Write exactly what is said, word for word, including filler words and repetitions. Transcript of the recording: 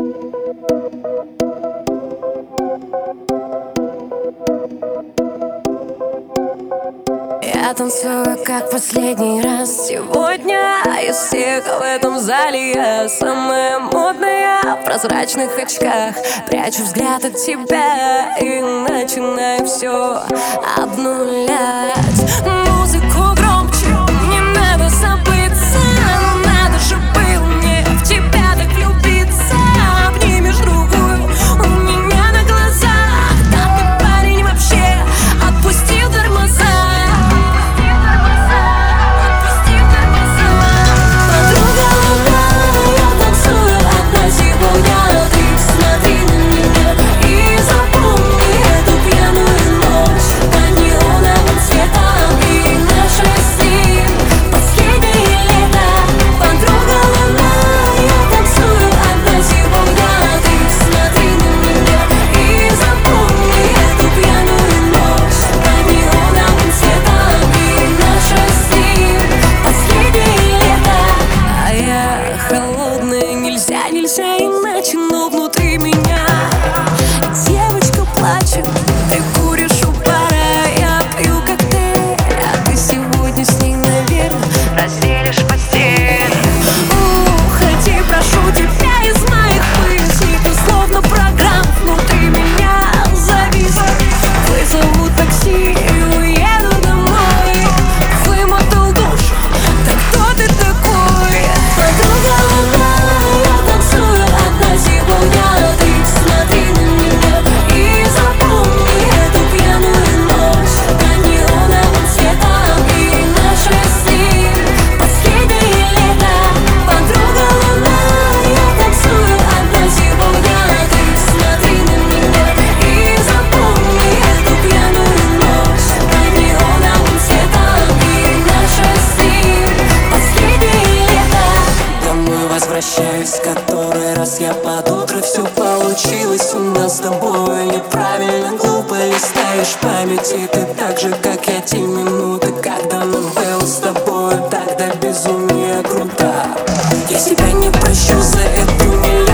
Я танцую как последний раз сегодня. Из всех в этом зале я самая модная. В прозрачных очках прячу взгляд от тебя и начинаю все обнулять. Музыку громче, не надо забыться, но надо же было мне в тебя так влюбиться. Обнимешь другую у меня на глазах. Да ты, парень, вообще отпустил тормоза. Нельзя, нельзя иначе, но внутри меня девочка плачет. Ты куришь у бара, я пью коктейль, а ты сегодня с ней, наверное, разделишь постель. Уходи, прошу тебя из моих мыслей. Ты словно программа внутри меня завис. Вызову такси и уеду домой. Вымотал душу, так кто ты такой? Подруга луна, возвращаюсь который раз я под утро. Все получилось у нас с тобой неправильно, глупо листаешь памяти. Ты так же, как я, те минуты, когда нам было с тобой. Тогда безумие круто. Я себя не прощу за эту миллион.